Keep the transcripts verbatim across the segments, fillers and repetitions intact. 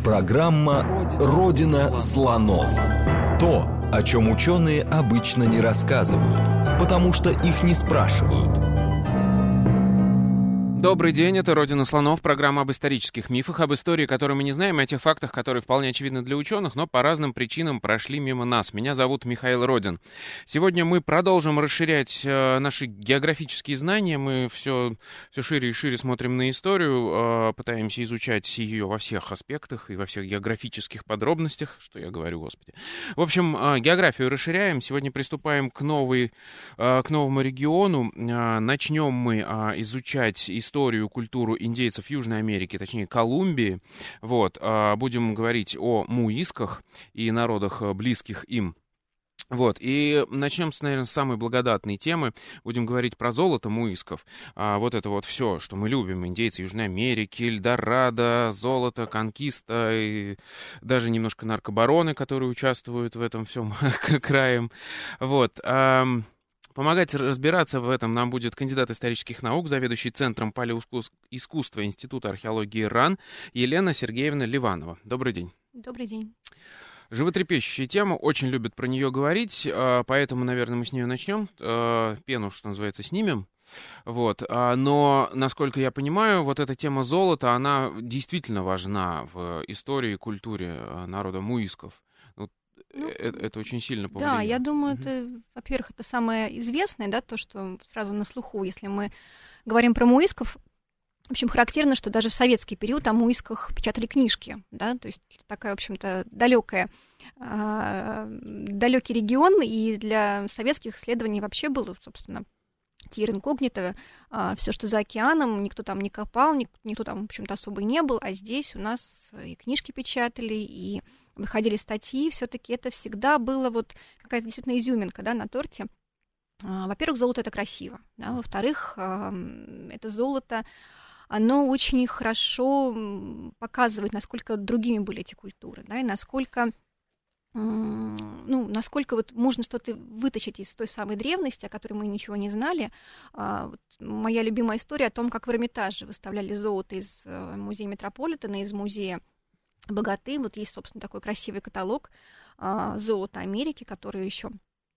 Программа «Родина слонов». То, о чем ученые обычно не рассказывают, потому что их не спрашивают. Добрый день, это «Родина слонов», программа об исторических мифах, об истории, которую мы не знаем, и о тех фактах, которые вполне очевидны для ученых, но по разным причинам прошли мимо нас. Меня зовут Михаил Родин. Сегодня мы продолжим расширять э, наши географические знания. Мы все, все шире и шире смотрим на историю, э, пытаемся изучать ее во всех аспектах и во всех географических подробностях, что я говорю, господи. В общем, э, географию расширяем. Сегодня приступаем к, новой, э, к новому региону. Э, начнем мы э, изучать историю историю, культуру индейцев Южной Америки, точнее Колумбии. Вот. Будем говорить о муисках и народах, близких им. Вот, и начнем, с, наверное, с самой благодатной темы. Будем говорить про золото муисков. А, вот это вот все, что мы любим. Индейцы Южной Америки, Эльдорадо, золото, конкиста, и даже немножко наркобароны, которые участвуют в этом всем краем. Вот. Помогать разбираться в этом нам будет кандидат исторических наук, заведующий Центром палеоискусства Института археологии РАН Елена Сергеевна Ливанова. Добрый день. Добрый день. Животрепещущая тема, очень любят про нее говорить, поэтому, наверное, мы с нее начнем. Пену, что называется, снимем. Вот. Но, насколько я понимаю, вот эта тема золота, она действительно важна в истории и культуре народа муисков. Ну, это, это очень сильно повлияло. Да, я думаю, uh-huh. это, во-первых, это самое известное, да, то, что сразу на слуху, если мы говорим про муисков. В общем, характерно, что даже в советский период о муисках печатали книжки, да, то есть такая, в общем-то, далекая, э, далекий регион, и для советских исследований вообще было, собственно, тир инкогнито, э, все, что за океаном, никто там не копал, никто, никто там, в общем-то, особо и не был, а здесь у нас и книжки печатали, и выходили статьи, все-таки это всегда было вот какая-то действительно изюминка, да, на торте. Во-первых, золото — это красиво, да? Во-вторых, это золото, оно очень хорошо показывает, насколько другими были эти культуры, да, и насколько, ну, насколько вот можно что-то вытащить из той самой древности, о которой мы ничего не знали. Вот моя любимая история о том, как в Эрмитаже выставляли золото из музея Метрополитена, из музея богаты. Вот есть, собственно, такой красивый каталог а, золота Америки, который еще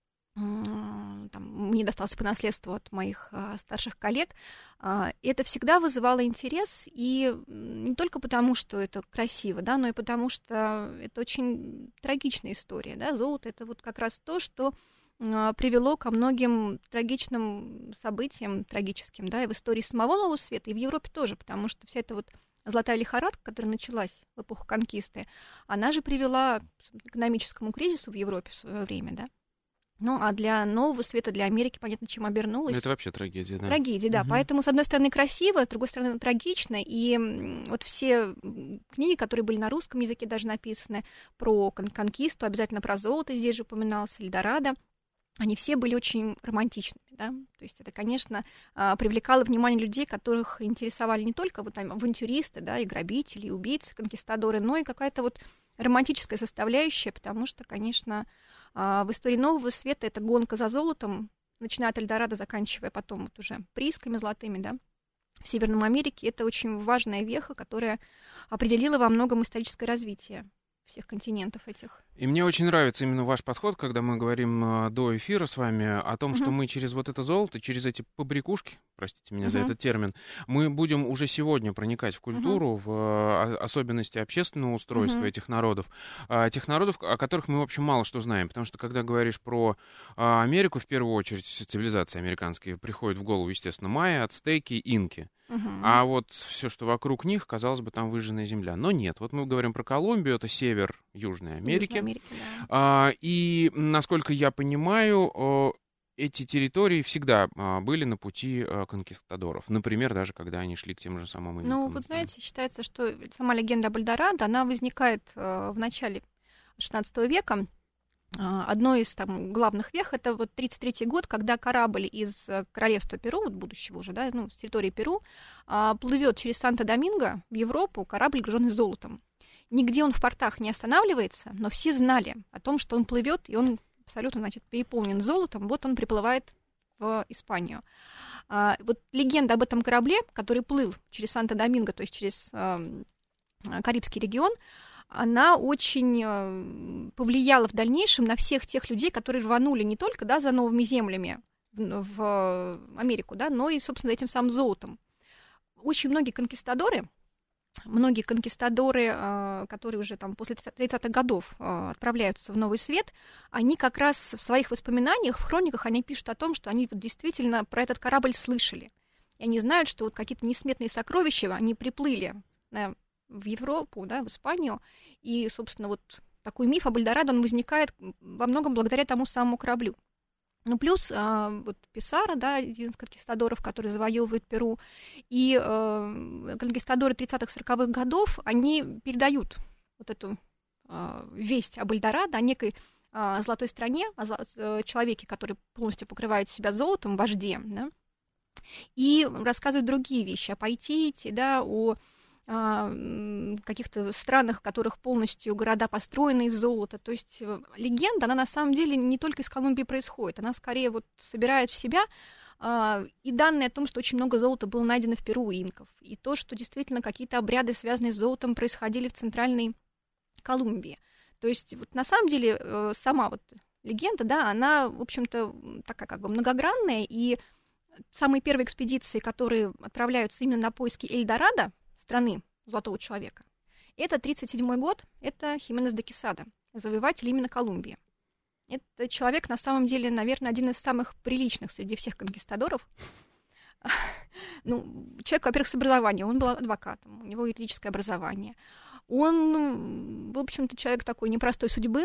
а, там, мне достался по наследству от моих а, старших коллег. А, и это всегда вызывало интерес, и не только потому, что это красиво, да, но и потому, что это очень трагичная история. Да? Золото — это вот как раз то, что а, привело ко многим трагичным событиям, трагическим, да, и в истории самого Нового Света, и в Европе тоже, потому что вся эта вот золотая лихорадка, которая началась в эпоху конкисты, она же привела к экономическому кризису в Европе в свое время, да. Ну, а для Нового Света, для Америки, понятно, чем обернулась. Это вообще трагедия, да. Трагедия, да. Угу. Поэтому, с одной стороны, красиво, с другой стороны, трагично. И вот все книги, которые были на русском языке даже написаны про кон- конкисту, обязательно про золото, здесь же упоминался Эльдорадо, они все были очень романтичными, да, то есть это, конечно, привлекало внимание людей, которых интересовали не только вот там авантюристы, да, и грабители, и убийцы, конкистадоры, но и какая-то вот романтическая составляющая, потому что, конечно, в истории Нового Света это гонка за золотом, начиная от Эльдорадо, заканчивая потом вот уже приисками золотыми, да, в Северной Америке, это очень важная веха, которая определила во многом историческое развитие всех континентов этих. И мне очень нравится именно ваш подход, когда мы говорим э, до эфира с вами о том, uh-huh. что мы через вот это золото, через эти побрякушки, простите меня uh-huh. за этот термин, мы будем уже сегодня проникать в культуру, uh-huh. в э, особенности общественного устройства uh-huh. этих народов, э, тех народов, о которых мы, в общем, мало что знаем. Потому что, когда говоришь про э, Америку, в первую очередь, цивилизации американские, приходят в голову, естественно, майя, ацтеки, инки. Uh-huh. А вот все, что вокруг них, казалось бы, там выжженная земля. Но нет. Вот мы говорим про Колумбию, это север Южной Америки. Южной Америки, да. а, и, насколько я понимаю, эти территории всегда были на пути конкистадоров. Например, даже когда они шли к тем же самым инкам. Ну, вот знаете, считается, что сама легенда об Эльдорадо, она возникает в начале шестнадцатого века. Одно из там главных вех — это вот тридцать третий год, когда корабль из королевства Перу, вот будущего уже, да, ну, с территории Перу, плывет через Санто-Доминго в Европу, корабль, груженный золотом. Нигде он в портах не останавливается, но все знали о том, что он плывет, и он абсолютно, значит, переполнен золотом. Вот он приплывает в Испанию. А, вот легенда об этом корабле, который плыл через Санто-Доминго, то есть через а, Карибский регион, она очень повлияла в дальнейшем на всех тех людей, которые рванули не только, да, за новыми землями в, в Америку, да, но и, собственно, этим самым золотом. Очень многие конкистадоры, многие конкистадоры, которые уже там после тридцатых годов отправляются в Новый Свет, они как раз в своих воспоминаниях, в хрониках, они пишут о том, что они вот действительно про этот корабль слышали. И они знают, что вот какие-то несметные сокровища, они приплыли в Европу, да, в Испанию, и, собственно, вот такой миф об Эльдорадо, он возникает во многом благодаря тому самому кораблю. Ну, плюс а, вот Писаро, да, один из конкистадоров, который завоевывает Перу, и а, конкистадоры тридцатых-сороковых годов, они передают вот эту а, весть об Эльдорадо, о некой а, золотой стране, о зо- человеке, который полностью покрывает себя золотом, вожде, да, и рассказывают другие вещи о Пайтите, да, о каких-то странах, в которых полностью города построены из золота. То есть легенда, она на самом деле не только из Колумбии происходит, она скорее вот собирает в себя и данные о том, что очень много золота было найдено в Перу у инков, и то, что действительно какие-то обряды, связанные с золотом, происходили в Центральной Колумбии. То есть вот на самом деле сама вот легенда, да, она, в общем-то, такая как бы многогранная, и самые первые экспедиции, которые отправляются именно на поиски Эльдорадо, страны Золотого человека, это тридцать седьмой год, это Хименес де Quesada, завоеватель именно Колумбии. Это человек, на самом деле, наверное, один из самых приличных среди всех конкистадоров. Ну, человек, во-первых, с образованием, он был адвокатом, у него юридическое образование. Он, в общем-то, человек такой непростой судьбы,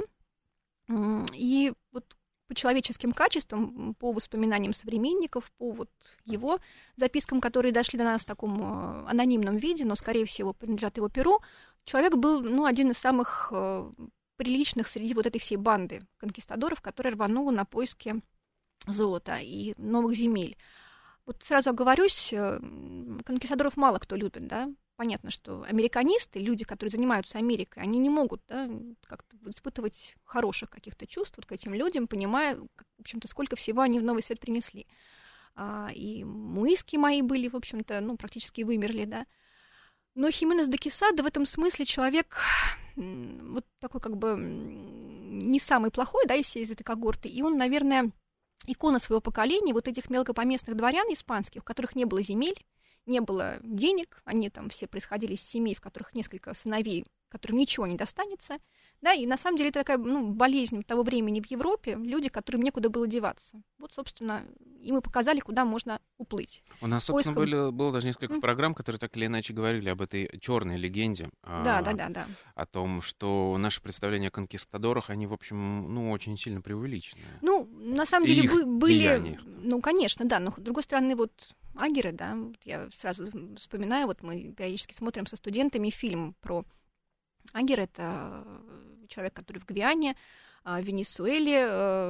и вот по человеческим качествам, по воспоминаниям современников, по вот его запискам, которые дошли до нас в таком анонимном виде, но, скорее всего, принадлежат его перу, человек был, ну, один из самых э, приличных среди вот этой всей банды конкистадоров, которая рванула на поиски золота и новых земель. Вот сразу оговорюсь, конкистадоров мало кто любит, да. Понятно, что американисты, люди, которые занимаются Америкой, они не могут, да, как-то испытывать хороших каких-то чувств вот к этим людям, понимая, в общем-то, сколько всего они в Новый Свет принесли. А, и муиски мои были, в общем-то, ну, практически вымерли, да. Но Хименес де Quesada в этом смысле человек вот такой как бы не самый плохой, да, из всей из этой когорты, и он, наверное, икона своего поколения, вот этих мелкопоместных дворян испанских, у которых не было земель, не было денег, они там все происходили из семей, в которых несколько сыновей, которым ничего не достанется, да, и на самом деле это такая, ну, болезнь того времени в Европе, люди, которым некуда было деваться. Вот, собственно, и мы показали, куда можно уплыть. У нас, собственно, были, было даже несколько mm. программ, которые так или иначе говорили об этой черной легенде. Да, а, да, да, да. О том, что наши представления о конкистадорах, они, в общем, ну, очень сильно преувеличены. Ну, на самом деле бы, были... Деяниях. Ну, конечно, да, но, с другой стороны, вот агеры, да, я сразу вспоминаю, вот мы периодически смотрим со студентами фильм про агер, это человек, который в Гвиане, в Венесуэле,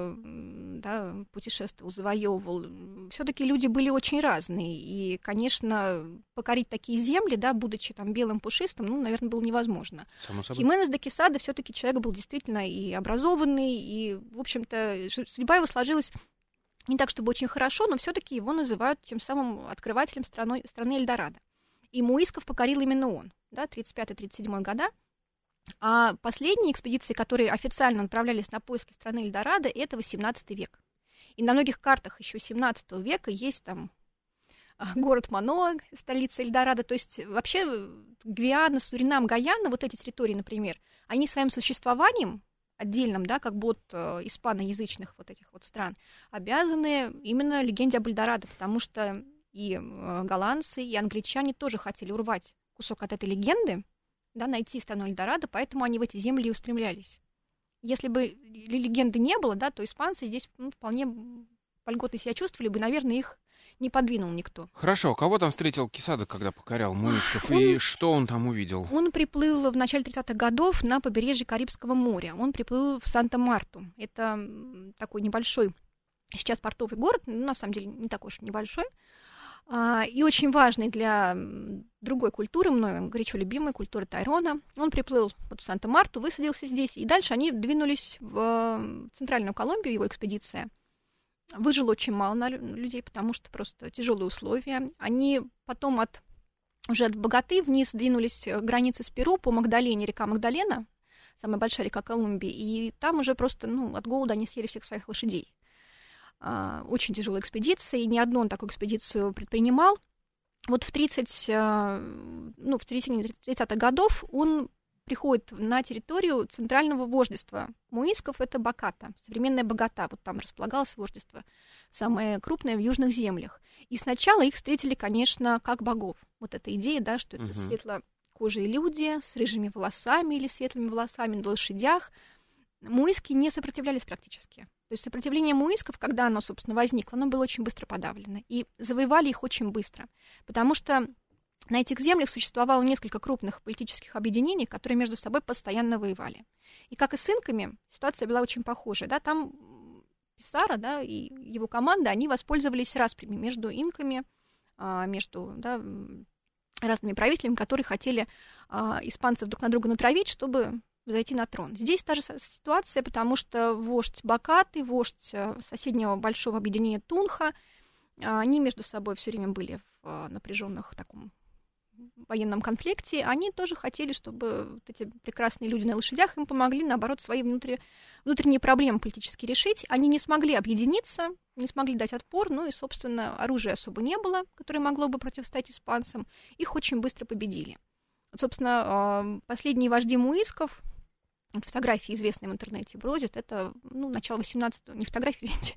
да, путешествовал, завоевывал. Все-таки люди были очень разные, и, конечно, покорить такие земли, да, будучи там белым пушистым, ну, наверное, было невозможно. Хименес де Quesada все-таки человек был действительно и образованный, и, в общем-то, судьба его сложилась не так, чтобы очень хорошо, но все-таки его называют тем самым открывателем страной, страны Эльдорадо. И муисков покорил именно он, да, тридцать пятый тридцать седьмой года. А последние экспедиции, которые официально отправлялись на поиски страны Эльдорадо, это восемнадцатый век. И на многих картах еще семнадцатого века есть там город Маноа, столица Эльдорадо. То есть вообще Гвиана, Суринам, Гаяна, вот эти территории, например, они своим существованием отдельным, да, как бы от э, испаноязычных вот этих вот стран, обязаны именно легенде об Эльдорадо, потому что и э, голландцы, и англичане тоже хотели урвать кусок от этой легенды, да, найти страну Эльдорадо, поэтому они в эти земли и устремлялись. Если бы легенды не было, да, то испанцы здесь, ну, вполне вольготно себя чувствовали бы, наверное, их не подвинул никто. Хорошо, кого там встретил Quesada, когда покорял муисков, он, и что он там увидел? Он приплыл в начале тридцатых годов на побережье Карибского моря. Он приплыл в Санта-Марту. Это такой небольшой сейчас портовый город, ну, на самом деле не такой уж небольшой, и очень важный для другой культуры, мною горячо любимой культуры Тайрона. Он приплыл вот в Санта-Марту, высадился здесь, и дальше они двинулись в Центральную Колумбию, его экспедиция. Выжило очень мало людей, потому что просто тяжелые условия. Они потом от уже от Богаты вниз двинулись границы с Перу по Магдалене, река Магдалена, самая большая река Колумбии, и там уже просто, ну, от голода они съели всех своих лошадей. Очень тяжелая экспедиция, и ни одну он такую экспедицию предпринимал. Вот в тридцать, ну, в середине тридцатых годов он приходит на территорию центрального вождества муисков, это Боката, современная Богота, вот там располагалось вождество, самое крупное в южных землях. И сначала их встретили, конечно, как богов. Вот эта идея, да, что это uh-huh. светлокожие люди с рыжими волосами или светлыми волосами на лошадях. Муиски не сопротивлялись практически. То есть сопротивление муисков, когда оно, собственно, возникло, оно было очень быстро подавлено. И завоевали их очень быстро, потому что на этих землях существовало несколько крупных политических объединений, которые между собой постоянно воевали. И как и с инками, ситуация была очень похожая. Да? Там Писаро, да, и его команда, они воспользовались распрями между инками, между, да, разными правителями, которые хотели испанцев друг на друга натравить, чтобы зайти на трон. Здесь та же ситуация, потому что вождь Бокаты, вождь соседнего большого объединения Тунха, они между собой все время были в напряженных таком военном конфликте, они тоже хотели, чтобы вот эти прекрасные люди на лошадях им помогли, наоборот, свои внутри, внутренние проблемы политически решить. Они не смогли объединиться, не смогли дать отпор, ну и, собственно, оружия особо не было, которое могло бы противостоять испанцам. Их очень быстро победили. Вот, собственно, последние вожди муисков, фотографии, известные в интернете, бродят, это, ну, начало восемнадцатого, не фотографии, извините,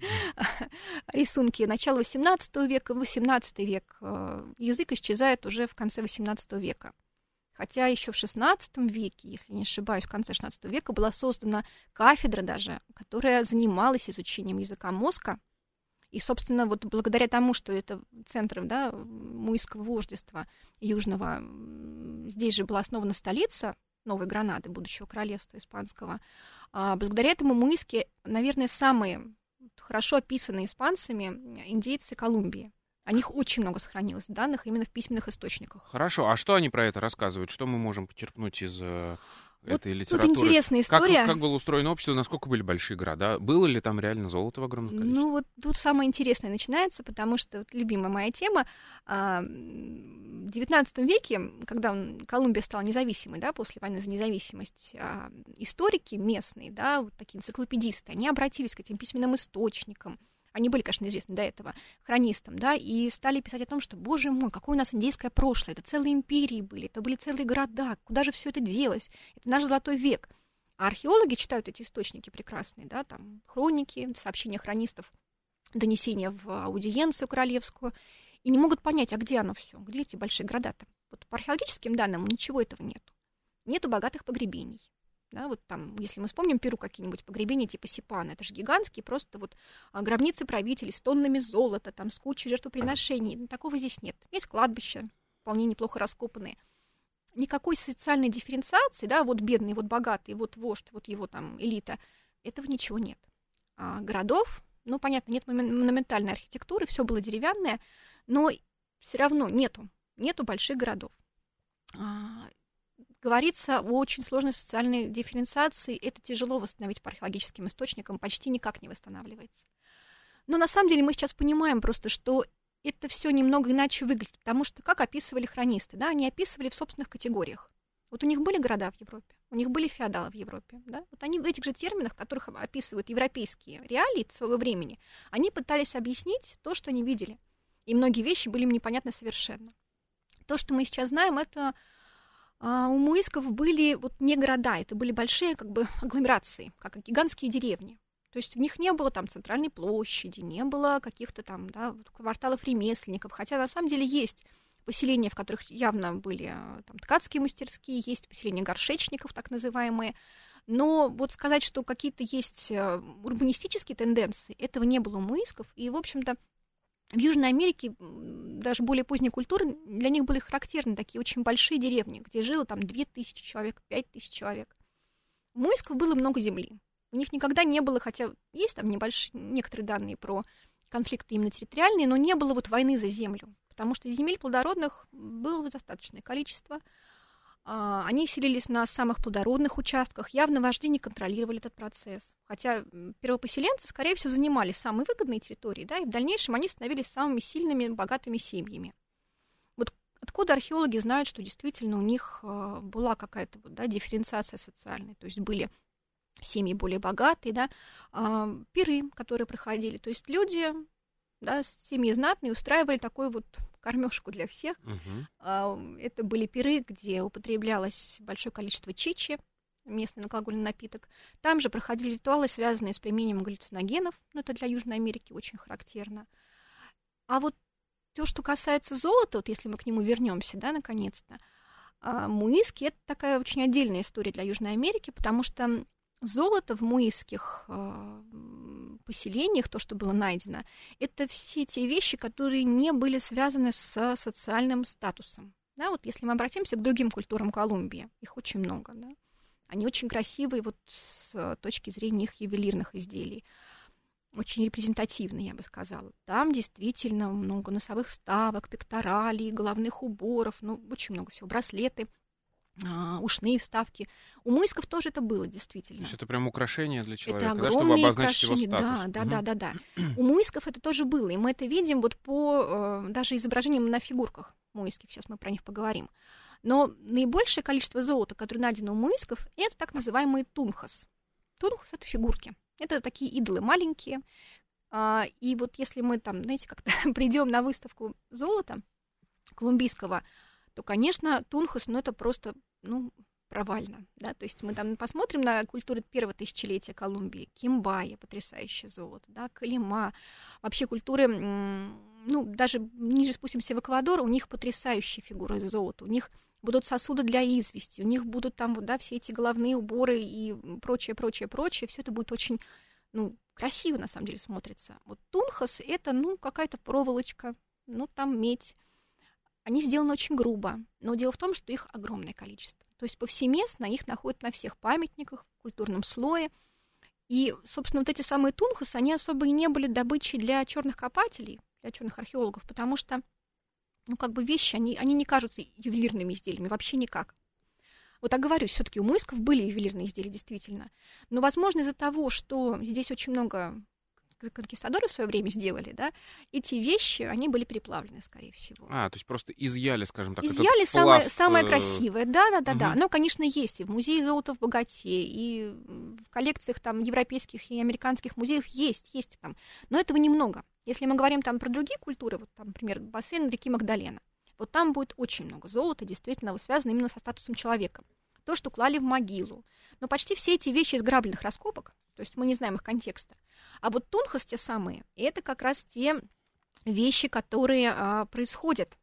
а рисунки, начало восемнадцатого века, восемнадцатый век. Язык исчезает уже в конце восемнадцатого века. Хотя еще в шестнадцатом веке, если не ошибаюсь, в конце шестнадцатого века была создана кафедра даже, которая занималась изучением языка Моска. И, собственно, вот благодаря тому, что это центр, да, муиского вождества южного, здесь же была основана столица Новой Гранады, будущего королевства испанского. А благодаря этому муиски, наверное, самые хорошо описанные испанцами индейцы Колумбии. О них очень много сохранилось данных именно в письменных источниках. Хорошо, а что они про это рассказывают? Что мы можем почерпнуть из э, вот этой литературы? Тут интересная история. Как, как было устроено общество, насколько были большие города? Было ли там реально золото в огромном количестве? Ну вот тут самое интересное начинается, потому что вот, любимая моя тема, в девятнадцатом веке, когда Колумбия стала независимой, да, после войны за независимость, историки местные, да, вот такие энциклопедисты, они обратились к этим письменным источникам. Они были, конечно, известны до этого хронистам, да, и стали писать о том, что, боже мой, какое у нас индейское прошлое, это целые империи были, это были целые города, куда же все это делось, это наш золотой век. А археологи читают эти источники прекрасные, да, там хроники, сообщения хронистов, донесения в аудиенцию королевскую, и не могут понять, а где оно все, где эти большие города-то. Вот по археологическим данным ничего этого нету. Нету богатых погребений. Да, вот там, если мы вспомним Перу какие-нибудь погребения типа Сипана, это же гигантские просто вот гробницы правителей с тоннами золота, там, с кучей жертвоприношений. Такого здесь нет. Есть кладбища, вполне неплохо раскопанные. Никакой социальной дифференциации, да, вот бедный, вот богатый, вот вождь, вот его там элита, этого ничего нет. А городов, ну, понятно, нет монументальной архитектуры, все было деревянное, но все равно нету, нету больших городов. Говорится о очень сложной социальной дифференциации. Это тяжело восстановить по археологическим источникам, почти никак не восстанавливается. Но на самом деле мы сейчас понимаем просто, что это все немного иначе выглядит, потому что, как описывали хронисты, да, они описывали в собственных категориях. Вот у них были города в Европе, у них были феодалы в Европе. Да? Вот они в этих же терминах, в которых описывают европейские реалии своего времени, они пытались объяснить то, что они видели. И многие вещи были им непонятны совершенно. То, что мы сейчас знаем, это... Uh, у муисков были вот не города, это были большие как бы агломерации, как гигантские деревни. То есть в них не было там центральной площади, не было каких-то там, да, кварталов ремесленников, хотя на самом деле есть поселения, в которых явно были там ткацкие мастерские, есть поселения горшечников, так называемые. Но вот сказать, что какие-то есть урбанистические тенденции, этого не было у муисков, и, в общем-то, в Южной Америке даже более поздней культуры для них были характерны такие очень большие деревни, где жило там две тысячи человек, пять тысяч человек. У муисков было много земли. У них никогда не было, хотя есть там небольшие, некоторые данные про конфликты именно территориальные, но не было вот войны за землю, потому что земель плодородных было достаточное количество. Они селились на самых плодородных участках, явно вожди не контролировали этот процесс. Хотя первопоселенцы, скорее всего, занимали самые выгодные территории, да, и в дальнейшем они становились самыми сильными, богатыми семьями. Вот откуда археологи знают, что действительно у них была какая-то, да, дифференциация социальная, то есть были семьи более богатые, да, пиры, которые проходили, то есть люди, да, семьи знатные устраивали такую вот кормежку для всех. Uh-huh. Это были пиры, где употреблялось большое количество чичи, местный алкогольный напиток. Там же проходили ритуалы, связанные с применением галлюциногенов, ну, это для Южной Америки очень характерно. А вот то, что касается золота, вот если мы к нему вернемся, да, наконец-то, муиски — это такая очень отдельная история для Южной Америки, потому что золото в муиских э, поселениях, то, что было найдено, это все те вещи, которые не были связаны с социальным статусом. Да, вот если мы обратимся к другим культурам Колумбии, их очень много, да, они очень красивые вот с точки зрения их ювелирных изделий, очень репрезентативные, я бы сказала. Там действительно много носовых вставок, пекторалей, головных уборов, ну, очень много всего, браслеты, ушные вставки. У муисков тоже это было, действительно. То есть это прям украшение для человека, это да, чтобы обозначить украшения, его статус. Да, да, угу. да, да, да. У муисков это тоже было, и мы это видим вот по э, даже изображениям на фигурках муиских, сейчас мы про них поговорим. Но наибольшее количество золота, которое найдено у муисков, это так называемые тунхас. Тунхас — это фигурки. Это такие идолы маленькие. А, и вот если мы там, знаете, как-то придем на выставку золота колумбийского, то, конечно, тунхас, ну, это просто, ну, провально, да, то есть мы там посмотрим на культуру первого тысячелетия Колумбии, кимбая, потрясающее золото, да, калима, вообще культуры, ну, даже ниже спустимся в Эквадор, у них потрясающие фигуры из золота, у них будут сосуды для извести, у них будут там, да, все эти головные уборы и прочее, прочее, прочее, все это будет очень, ну, красиво, на самом деле, смотрится. Вот тунхас — это, ну, какая-то проволочка, ну, там медь. Они сделаны очень грубо, но дело в том, что их огромное количество. То есть повсеместно их находят на всех памятниках, в культурном слое. И, собственно, вот эти самые тунхасы, они особо и не были добычей для черных копателей, для черных археологов, потому что, ну, как бы вещи, они, они не кажутся ювелирными изделиями, вообще никак. Вот так говорю, все-таки у муисков были ювелирные изделия, действительно. Но, возможно, из-за того, что здесь очень много конкистадоры в свое время сделали, да, эти вещи, они были переплавлены, скорее всего. А, то есть просто изъяли, скажем так, изъяли этот самое, пласт... самое красивое, да-да-да-да. Угу. Оно, конечно, есть и в музее золота в Боготе, и в коллекциях там европейских и американских музеев есть, есть там, но этого немного. Если мы говорим там про другие культуры, вот там, например, бассейн реки Магдалена, вот там будет очень много золота, действительно, связано именно со статусом человека. То, что клали в могилу. Но почти все эти вещи из грабельных раскопок, то есть мы не знаем их контекста. А вот тунхас те самые, это как раз те вещи, которые а, происходят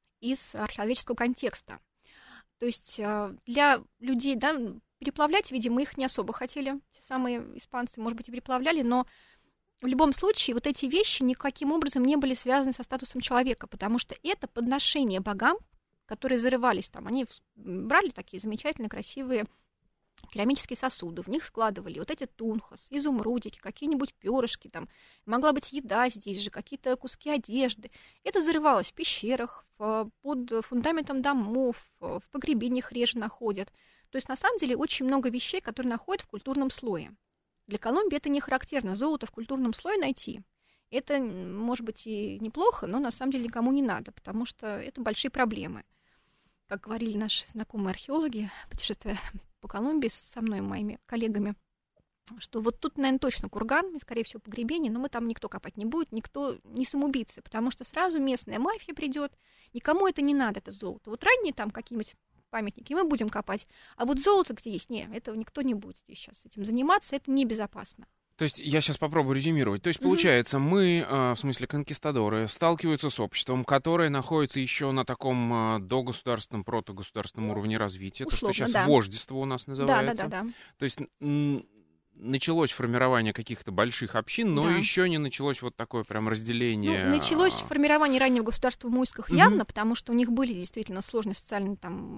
из археологического контекста. То есть а, для людей, да, переплавлять, видимо, их не особо хотели, те самые испанцы, может быть, и переплавляли, но в любом случае вот эти вещи никаким образом не были связаны со статусом человека, потому что это подношение богам, которые зарывались там, они брали такие замечательные, красивые керамические сосуды, в них складывали вот эти тунхас, изумрудики, какие-нибудь перышки, там, могла быть еда здесь же, какие-то куски одежды. Это зарывалось в пещерах, в, под фундаментом домов, в погребениях реже находят. То есть, на самом деле, очень много вещей, которые находят в культурном слое. Для Колумбии это не характерно. Золото в культурном слое найти — это, может быть, и неплохо, но на самом деле никому не надо, потому что это большие проблемы. Как говорили наши знакомые археологи, путешествуя по Колумбии со мной и моими коллегами, что вот тут, наверное, точно курган, и, скорее всего, погребение, но мы там никто копать не будет, никто не самоубийцы, потому что сразу местная мафия придет, никому это не надо, это золото. Вот ранние там какие-нибудь памятники мы будем копать, а вот золото где есть, нет, этого никто не будет здесь сейчас этим заниматься, это небезопасно. То есть я сейчас попробую резюмировать. То есть, получается, mm-hmm. мы, в смысле конкистадоры, сталкиваются с обществом, которое находится еще на таком догосударственном, протогосударственном уровне развития. Условно, то, что сейчас да. вождество у нас называется. Да, да, да, да. То есть м- началось формирование каких-то больших общин, но да. еще не началось вот такое прям разделение. Ну, началось формирование раннего государства в муисках mm-hmm. явно, потому что у них были действительно сложные социальные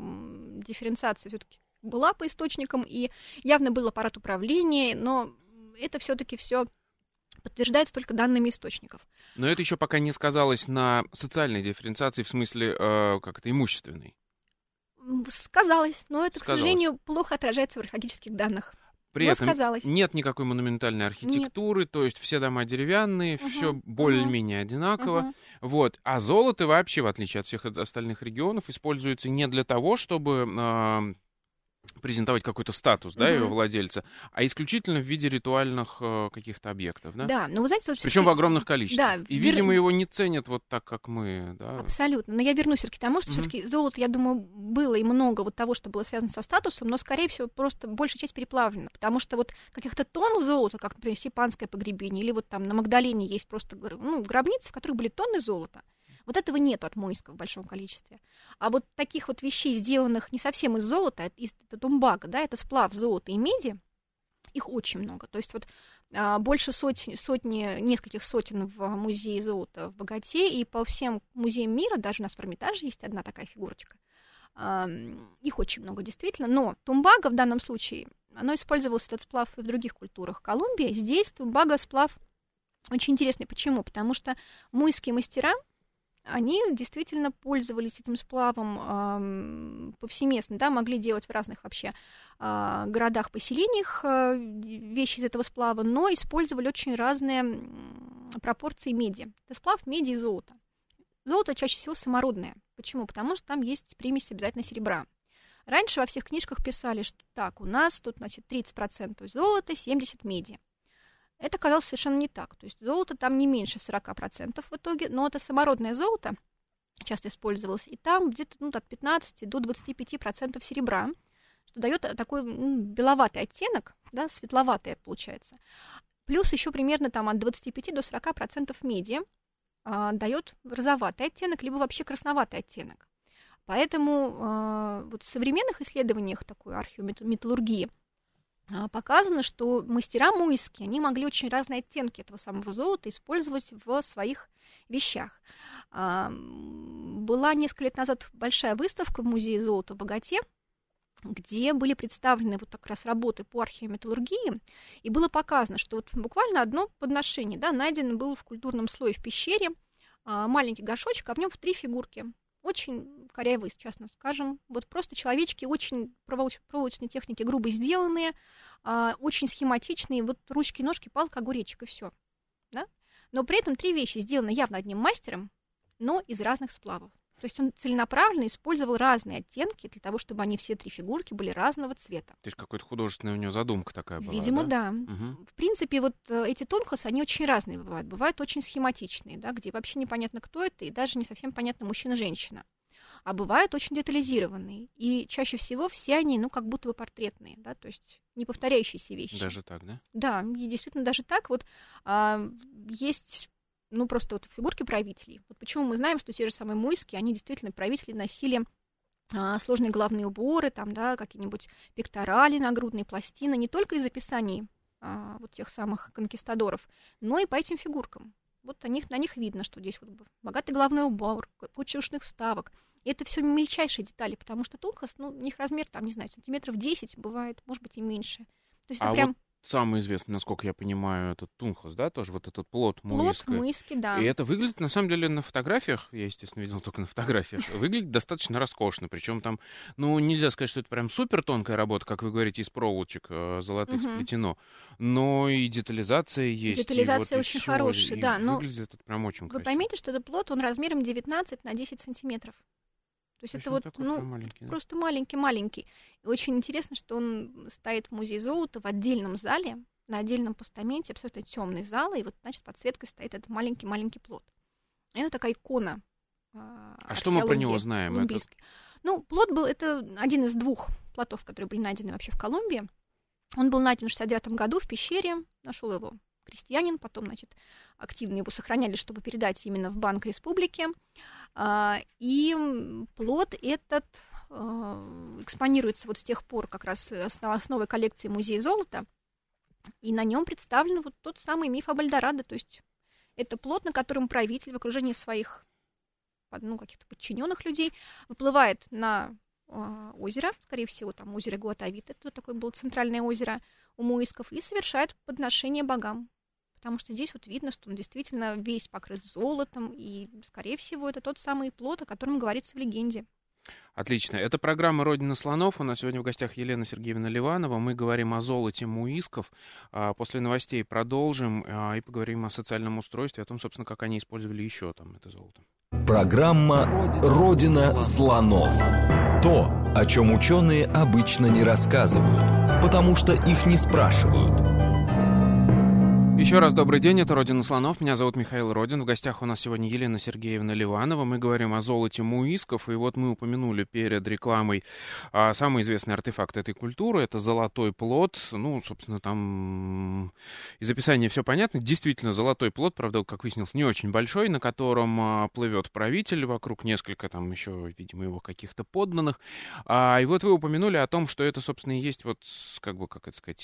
там дифференциации, все-таки была по источникам, и явно был аппарат управления, но это все-таки все подтверждается только данными источников. Но это еще пока не сказалось на социальной дифференциации, в смысле, э, как это, имущественной. Сказалось, но это, сказалось. К сожалению, плохо отражается в археологических данных. При Но этом сказалось. нет никакой монументальной архитектуры, нет. То есть все дома деревянные, угу, все более-менее угу. одинаково. Угу. Вот. А золото вообще, в отличие от всех остальных регионов, используется не для того, чтобы э, презентовать какой-то статус, да, угу. его владельца, а исключительно в виде ритуальных э, каких-то объектов, да? Да, но вы знаете... Причем в огромных количествах. Да, и, вер... видимо, его не ценят вот так, как мы, да? Абсолютно. Но я вернусь все-таки к тому, что угу. все-таки золото, я думаю, было и много вот того, что было связано со статусом, но, скорее всего, просто большая часть переплавлена, потому что вот каких-то тонн золота, как, например, Сипанское погребение, или вот там на Магдалене есть просто ну, гробницы, в которых были тонны золота. Вот этого нет от Муиска в большом количестве. А вот таких вот вещей, сделанных не совсем из золота, из тумбага, да, это сплав золота и меди, их очень много. То есть вот а, больше сотни, сотни, нескольких сотен в музее золота в Боготе, и по всем музеям мира, даже у нас в Эрмитаже есть одна такая фигурочка, а, их очень много действительно. Но тумбага в данном случае, оно использовалось, этот сплав, и в других культурах Колумбии. Здесь тумбага сплав очень интересный. Почему? Потому что муйские мастера, они действительно пользовались этим сплавом э, повсеместно, да, могли делать в разных вообще э, городах, поселениях э, вещи из этого сплава, но использовали очень разные пропорции меди. Это сплав меди и золота. Золото чаще всего самородное. Почему? Потому что там есть примесь обязательно серебра. Раньше во всех книжках писали, что так, у нас тут, значит, тридцать процентов золота, семьдесят процентов меди. Это оказалось совершенно не так. То есть золото там не меньше сорок процентов в итоге, но это самородное золото часто использовалось, и там где-то ну, от пятнадцати до двадцати пяти процентов серебра, что дает такой ну, беловатый оттенок, да, светловатый получается. Плюс еще примерно там, от двадцати пяти до сорока процентов меди а, дает розоватый оттенок, либо вообще красноватый оттенок. Поэтому а, вот в современных исследованиях такой археометаллургии показано, что мастера муйские, они могли очень разные оттенки этого самого золота использовать в своих вещах. Была несколько лет назад большая выставка в музее золота в Боготе, где были представлены вот как раз работы по археометаллургии, и было показано, что вот буквально одно подношение, да, найдено было в культурном слое в пещере, маленький горшочек, а в нем три фигурки. Очень корявые, честно скажем. Вот просто человечки очень проволочной техники грубо сделанные, а, очень схематичные. Вот ручки, ножки, палка, огуречек и все. Да? Но при этом три вещи сделаны явно одним мастером, но из разных сплавов. То есть он целенаправленно использовал разные оттенки для того, чтобы они все три фигурки были разного цвета. То есть какая-то художественная у него задумка такая была, Видимо, да? да. Угу. В принципе, вот эти тонхосы, они очень разные бывают. Бывают очень схематичные, да, где вообще непонятно, кто это, и даже не совсем понятно, мужчина-женщина. А бывают очень детализированные. И чаще всего все они, ну, как будто бы портретные, да, то есть не повторяющиеся вещи. Даже так, да? Да, и действительно даже так. Вот а, есть... Ну, просто вот фигурки правителей. Вот почему мы знаем, что те же самые муйские, они действительно, правители носили а, сложные головные уборы, там, да, какие-нибудь пекторали, нагрудные пластины, не только из описаний а, вот тех самых конкистадоров, но и по этим фигуркам. Вот на них, на них видно, что здесь вот богатый головной убор, куча ушных вставок. И это все мельчайшие детали, потому что тунхас, ну, у них размер, там, не знаю, сантиметров десять бывает, может быть, и меньше. То есть а это прям... Вот... Самый известный, насколько я понимаю, этот тунхас, да, тоже вот этот плод муйский. Плод муйский, да. И это выглядит, на самом деле, на фотографиях, я, естественно, видел только на фотографиях, выглядит достаточно роскошно. Причем там, ну, нельзя сказать, что это прям супер тонкая работа, как вы говорите, из проволочек золотых сплетено, но и детализация есть. Детализация очень хорошая, да. Выглядит это прям очень красиво. Вы поймите, что этот плод, он размером девятнадцать на десять сантиметров. То есть это вот, ну, маленький, да? Просто маленький-маленький. И очень интересно, что он стоит в музее золота в отдельном зале, на отдельном постаменте, абсолютно темный зал, и вот, значит, подсветкой стоит этот маленький-маленький плод. И это такая икона. А что мы про него знаем? Это... Ну, плод был, это один из двух плотов, которые были найдены вообще в Колумбии. Он был найден в шестьдесят девятом году в пещере, нашел его крестьянин, потом, значит, активно его сохраняли, чтобы передать именно в Банк Республики. И плод этот экспонируется вот с тех пор как раз основой коллекции Музея золота, и на нем представлен вот тот самый миф об Эльдорадо, то есть это плод, на котором правитель в окружении своих, ну, каких-то подчиненных людей выплывает на озеро, скорее всего, там озеро Гуатавита, это такое было центральное озеро у муисков, и совершает подношение богам. Потому что здесь вот видно, что он действительно весь покрыт золотом, и, скорее всего, это тот самый плод, о котором говорится в легенде. Отлично. Это программа «Родина слонов». У нас сегодня в гостях Елена Сергеевна Ливанова. Мы говорим о золоте муисков. После новостей продолжим и поговорим о социальном устройстве, о том, собственно, как они использовали еще там это золото. Программа «Родина слонов». То, о чем ученые обычно не рассказывают, потому что их не спрашивают. Еще раз добрый день, это «Родина слонов», меня зовут Михаил Родин, в гостях у нас сегодня Елена Сергеевна Ливанова, мы говорим о золоте муисков, и вот мы упомянули перед рекламой а, самый известный артефакт этой культуры, это золотой плот, ну, собственно, там из описания все понятно, действительно золотой плот, правда, как выяснилось, не очень большой, на котором а, плывет правитель, вокруг несколько там еще, видимо, его каких-то подданных, а, и вот вы упомянули о том, что это, собственно, и есть вот, как бы, как это сказать...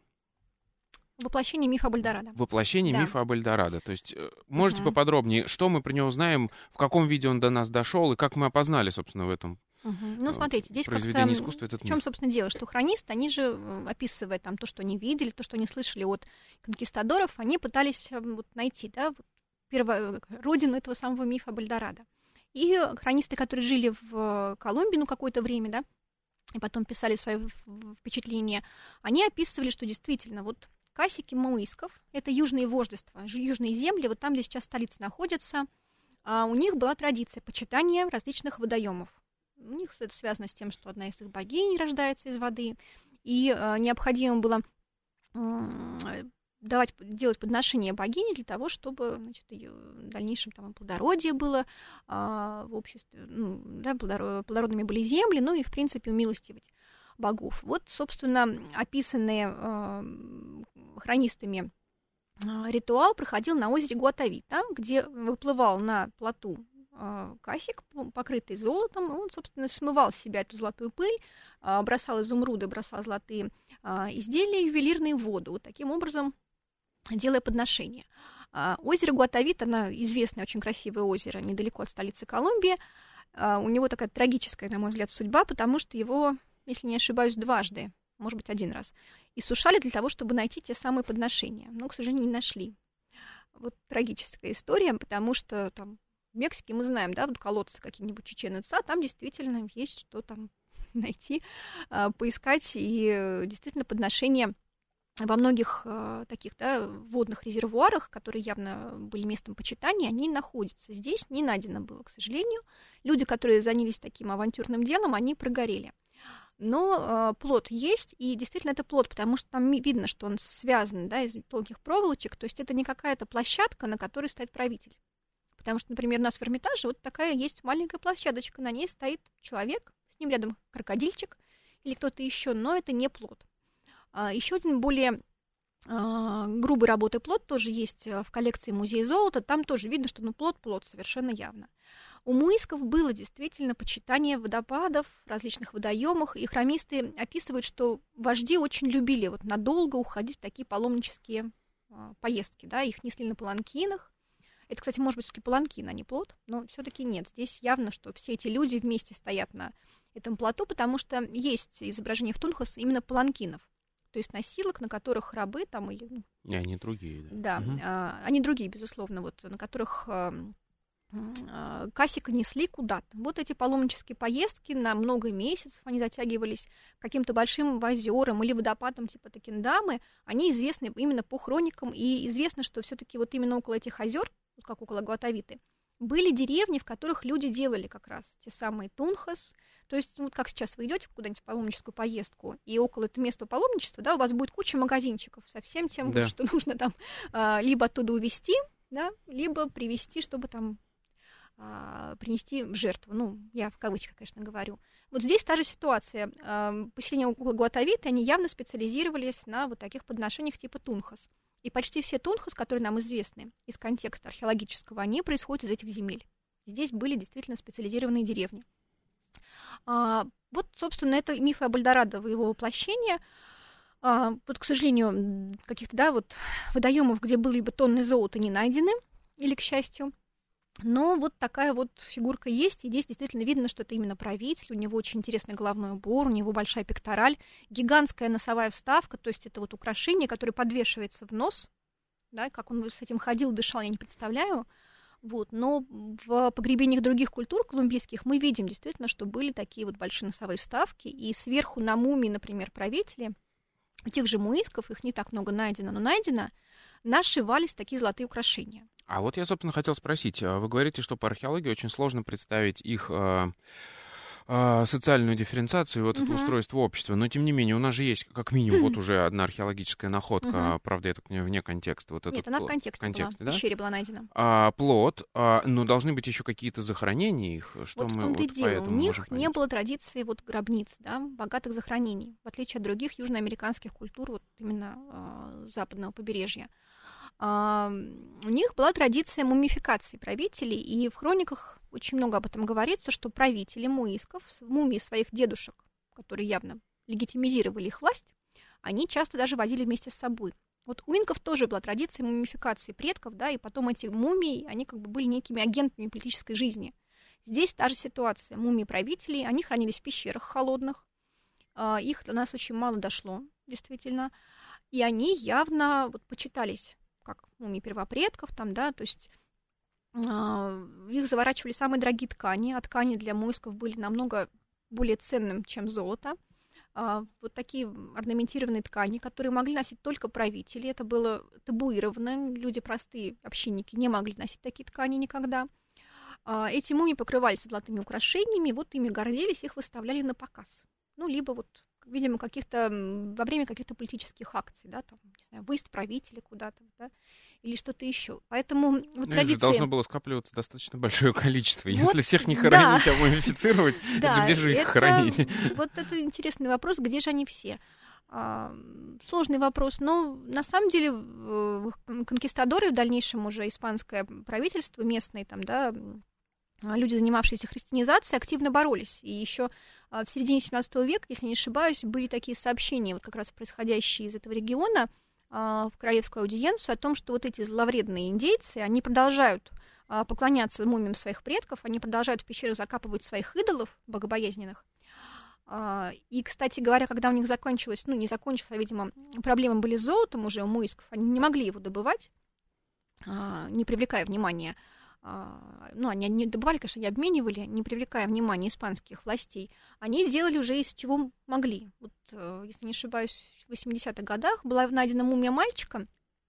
Воплощение мифа об Эльдорадо. Воплощение да. мифа об Эльдорадо. То есть, можете uh-huh. поподробнее, что мы про него знаем, в каком виде он до нас дошел, и как мы опознали, собственно, в этом uh-huh. ну, смотрите, здесь произведении искусства этот миф. В чем, миф? собственно, дело, что хронисты, они же, описывая там то, что они видели, то, что они слышали от конкистадоров, они пытались вот, найти, да, вот, перво... родину этого самого мифа об Эльдорадо. И хронисты, которые жили в Колумбии, ну, какое-то время, да, и потом писали свои впечатления, они описывали, что действительно, вот касики муисков, это южные вождества, южные земли, вот там, где сейчас столица находится, а у них была традиция почитания различных водоемов. У них это связано с тем, что одна из их богинь рождается из воды, и а, необходимо было м- давать, делать подношение богине для того, чтобы, значит, ее в дальнейшем там плодородие было а, в обществе, ну, да, плодородными были земли, ну и, в принципе, умилостивить богов. Вот, собственно, описанный э, хронистами э, ритуал проходил на озере Гуатавита, где выплывал на плоту э, касик, покрытый золотом, и он, собственно, смывал с себя эту золотую пыль, э, бросал изумруды, бросал золотые э, изделия ювелирные в воду, вот таким образом делая подношение. Э, озеро Гуатавита, оно известное, очень красивое озеро, недалеко от столицы Колумбии. Э, у него такая трагическая, на мой взгляд, судьба, потому что его, если не ошибаюсь, дважды, может быть, один раз, иссушали для того, чтобы найти те самые подношения. Но, к сожалению, не нашли. Вот трагическая история, потому что там в Мексике мы знаем, да, вот колодцы какие-нибудь Чичен Ица, там действительно есть что там найти, поискать, и действительно подношения во многих э, таких, да, водных резервуарах, которые явно были местом почитания, они находятся. Здесь не найдено было, к сожалению. Люди, которые занялись таким авантюрным делом, они прогорели. Но э, плот есть, и действительно это плот, потому что там видно, что он связан, да, из тонких проволочек, то есть это не какая-то площадка, на которой стоит правитель. Потому что, например, у нас в Эрмитаже вот такая есть маленькая площадочка, на ней стоит человек, с ним рядом крокодильчик или кто-то еще, но это не плот. А, еще один более а, грубой работы плот тоже есть в коллекции Музея золота, там тоже видно, что ну, плот-плот совершенно явно. У муисков было действительно почитание водопадов, различных водоемах, и хромисты описывают, что вожди очень любили вот надолго уходить в такие паломнические а, поездки, да, их несли на паланкинах. Это, кстати, может быть, все-таки паланкин, а не плот, но все-таки нет. Здесь явно, что все эти люди вместе стоят на этом плоту, потому что есть изображение в Тунхас именно паланкинов, то есть носилок, на которых рабы там или... Ну, и они другие, да. Да, угу. а, они другие, безусловно, вот, на которых а, а, касика несли куда-то. Вот эти паломнические поездки на много месяцев, они затягивались каким-то большим озером или водопадом типа Токендамы, они известны именно по хроникам, и известно, что все-таки вот именно около этих озер, как около Гуатавиты, были деревни, в которых люди делали как раз те самые тунхас. То есть, вот как сейчас вы идете куда-нибудь в паломническую поездку, и около этого места паломничества, да, у вас будет куча магазинчиков со всем тем, да, что нужно там а, либо оттуда увезти, да, либо привезти, чтобы там а, принести в жертву. Ну, я в кавычках, конечно, говорю. Вот здесь та же ситуация. А, поселения около Гуатавиты, они явно специализировались на вот таких подношениях типа тунхас. И почти все тунхас, которые нам известны из контекста археологического, они происходят из этих земель. Здесь были действительно специализированные деревни. А, вот, собственно, это мифы об Эльдорадо, его воплощение. А, вот, к сожалению, каких-то, да, вот водоемов, где были бы тонны золота, не найдены, или к счастью. Но вот такая вот фигурка есть, и здесь действительно видно, что это именно правитель, у него очень интересный головной убор, у него большая пектораль, гигантская носовая вставка, то есть это вот украшение, которое подвешивается в нос, да, как он с этим ходил, дышал, я не представляю. Вот. Но в погребениях других культур колумбийских мы видим действительно, что были такие вот большие носовые вставки, и сверху на мумии, например, правителей, у тех же муисков, их не так много найдено, но найдено, нашивались такие золотые украшения. А вот я, собственно, хотел спросить. Вы говорите, что по археологии очень сложно представить их э, э, социальную дифференциацию, вот Мгм. это устройство общества. Но, тем не менее, у нас же есть как минимум вот уже одна археологическая находка, Мгм. правда, это вне контекста. Вот Нет, этот она в плод. контексте, контексте, была, да? в пещере была найдена. А, плод, а, но должны быть еще какие-то захоронения их, что Вот в мы том-то и вот дело. У поэтому можем них не понять. было традиции вот гробниц, да, богатых захоронений, в отличие от других южноамериканских культур, вот именно э, западного побережья. А, у них была традиция мумификации правителей, и в хрониках очень много об этом говорится, что правители муисков, мумии своих дедушек, которые явно легитимизировали их власть, они часто даже водили вместе с собой. Вот у инков тоже была традиция мумификации предков, да, и потом эти мумии, они как бы были некими агентами политической жизни. Здесь та же ситуация. Мумии правителей, они хранились в пещерах холодных, а, их до нас очень мало дошло, действительно, и они явно вот почитались как мумии первопредков, там, да, то есть а, в их заворачивали самые дорогие ткани, а ткани для муисков были намного более ценным, чем золото. А, вот такие орнаментированные ткани, которые могли носить только правители, это было табуировано, люди простые, общинники, не могли носить такие ткани никогда. А, эти мумии покрывались золотыми украшениями, вот ими гордились, их выставляли на показ. Ну, либо вот, видимо, каких-то, во время каких-то политических акций, да, там, не знаю, выезд правителя куда-то, да, или что-то еще. Поэтому вот Ну, их же традиции... должно было скапливаться достаточно большое количество. Вот, Если всех не да. хоронить, а мумифицировать, это же где же их это- хоронить? Вот это интересный вопрос, где же они все? А, сложный вопрос, но на самом деле в- в- конкистадоры, в дальнейшем уже испанское правительство местное, там, да, а, люди, занимавшиеся христианизацией, активно боролись. И еще в середине семнадцатого века, если не ошибаюсь, были такие сообщения, вот как раз происходящие из этого региона, а, в королевскую аудиенцию, о том, что вот эти зловредные индейцы, они продолжают а, поклоняться мумиям своих предков, они продолжают в пещерах закапывать своих идолов богобоязненных. А, И, кстати говоря, когда у них закончилась, ну, не закончилась, а, видимо, проблемы были с золотом уже у муисков, они не могли его добывать, а, не привлекая внимания. А, Ну, они не добывали, конечно, не обменивали, не привлекая внимания испанских властей. Они делали уже из чего могли. Вот, э, если не ошибаюсь, в восьмидесятых годах была найдена мумия мальчика,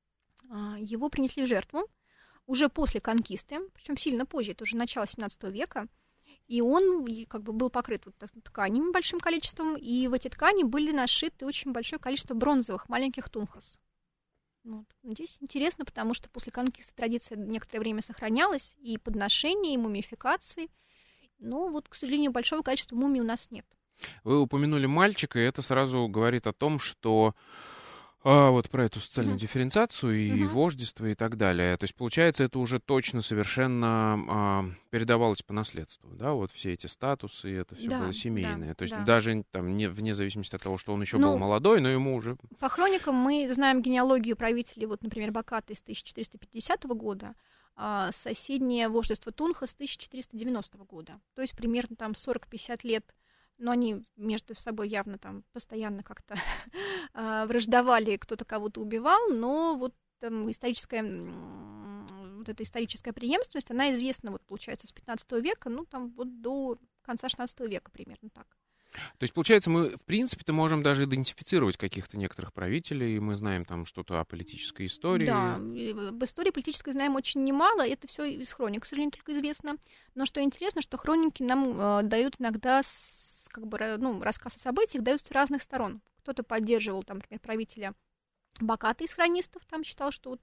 а, его принесли в жертву уже после конкисты, причем сильно позже, это уже начало семнадцатого века, и он и как бы был покрыт вот так- тканями большим количеством, и в эти ткани были нашиты очень большое количество бронзовых маленьких тунхас. Вот. Здесь интересно, потому что после конкисты традиция некоторое время сохранялась, и подношения, и мумификации, но вот, к сожалению, большого количества мумий у нас нет. Вы упомянули мальчика, и это сразу говорит о том, что а, вот про эту социальную Мгм. дифференциацию и Мгм. вождество и так далее. То есть, получается, это уже точно совершенно а, передавалось по наследству, да, вот все эти статусы, и это все Да, было семейное. да, То есть да. даже там не, вне зависимости от того, что он еще Ну, был молодой, но ему уже... По хроникам мы знаем генеалогию правителей, вот, например, Бакаты с тысяча четыреста пятидесятого года, а соседнее вождество Тунха с тысяча четыреста девяностого года. То есть примерно там сорок-пятьдесят лет, но они между собой явно там постоянно как-то а, враждовали, кто-то кого-то убивал, но вот там историческая, м, вот эта историческая преемственность, она известна, вот, получается, с пятнадцатого века, ну, там, вот до конца шестнадцатого века примерно так. То есть, получается, мы, в принципе-то, можем даже идентифицировать каких-то некоторых правителей, и мы знаем там что-то о политической истории. Да, и об истории политической знаем очень немало, это все из хроник, к сожалению, только известно. Но что интересно, что хроники нам э, дают иногда с, как бы, ра- ну, рассказ о событиях дают с разных сторон. Кто-то поддерживал, там, например, правителя Бакаты из хронистов, там считал, что вот,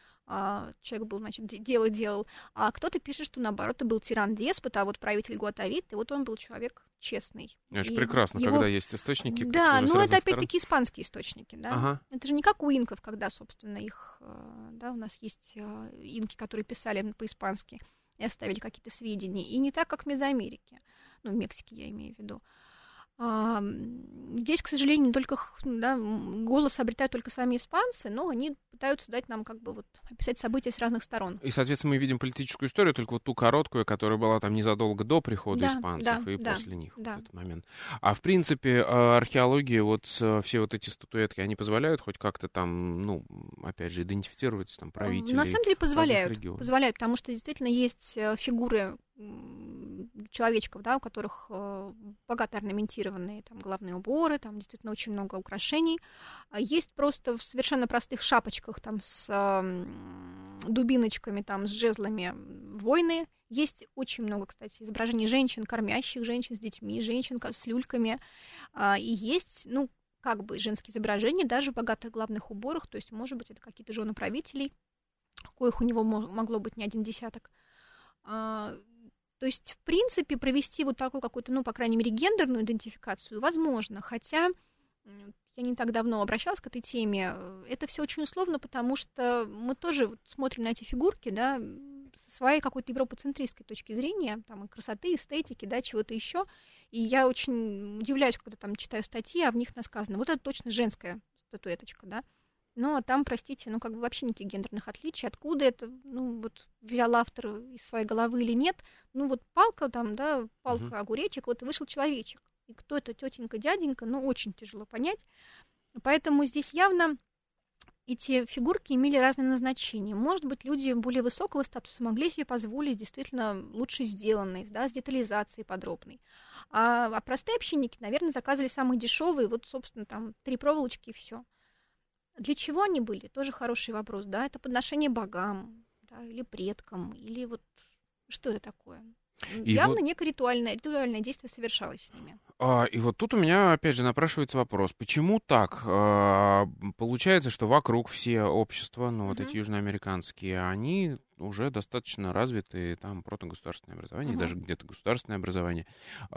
а, человек был, значит, де- дело делал, а кто-то пишет, что наоборот, это был тиран-деспот, а вот правитель Гуатавит, и вот он был человек честный. Это же И прекрасно, его- когда есть источники. Да, которые с ну это разных опять-таки испанские источники, да. Ага. Это же не как у инков, когда, собственно, их, э, да, у нас есть э, инки, которые писали по-испански и оставили какие-то сведения, и не так, как в Мезоамерике, ну, в Мексике я имею в виду. А, м, здесь, к сожалению, только х- да, м, голос обретают только сами испанцы, но они пытаются дать нам как бы вот описать события с разных сторон. И, соответственно, мы видим политическую историю, только вот ту короткую, которая была там незадолго до прихода Да, испанцев да, и да, после них, да. вот этот момент. А в принципе, археология, вот все вот эти статуэтки, они позволяют хоть как-то там, ну, опять же, идентифицировать там правителей? На самом деле позволяют, регионов? позволяют, потому что действительно есть фигуры человечков, да, у которых богато орнаментированные там головные уборы, там действительно очень много украшений. Есть просто в совершенно простых шапочках там с дубиночками, там с жезлами воины. Есть очень много, кстати, изображений женщин, кормящих женщин с детьми, женщин с люльками. И есть, ну, как бы женские изображения даже в богатых главных уборах, то есть, может быть, это какие-то жены правителей, коих у него могло быть не один десяток. То есть, в принципе, провести вот такую какую-то, ну, по крайней мере, гендерную идентификацию возможно, хотя я не так давно обращалась к этой теме. Это все очень условно, потому что мы тоже вот смотрим на эти фигурки, да, со своей какой-то европоцентристской точки зрения, там, и красоты, эстетики, да, чего-то еще. И я очень удивляюсь, когда там читаю статьи, а в них сказано, вот это точно женская статуэточка, да. Ну, а там, простите, ну, как бы вообще никаких гендерных отличий. Откуда это, ну, вот взял автор из своей головы или нет. Ну, вот палка там, да, палка, uh-huh. огуречек, вот вышел человечек. И кто это, тетенька, дяденька, ну, очень тяжело понять. Поэтому здесь явно эти фигурки имели разные назначения. Может быть, люди более высокого статуса могли себе позволить действительно лучше сделанные, да, с детализацией подробной. А, а простые общинники, наверное, заказывали самые дешевые, вот, собственно, там, три проволочки и все. Для чего они были? Тоже хороший вопрос, да, это подношение богам, да, или предкам, или вот что это такое? И явно вот некое ритуальное, ритуальное действие совершалось с ними. А, и вот тут у меня, опять же, напрашивается вопрос, почему так? А, получается, что вокруг все общества, ну, вот uh-huh. эти южноамериканские, они уже достаточно развитые, там, протогосударственное образование, uh-huh. даже где-то государственное образование.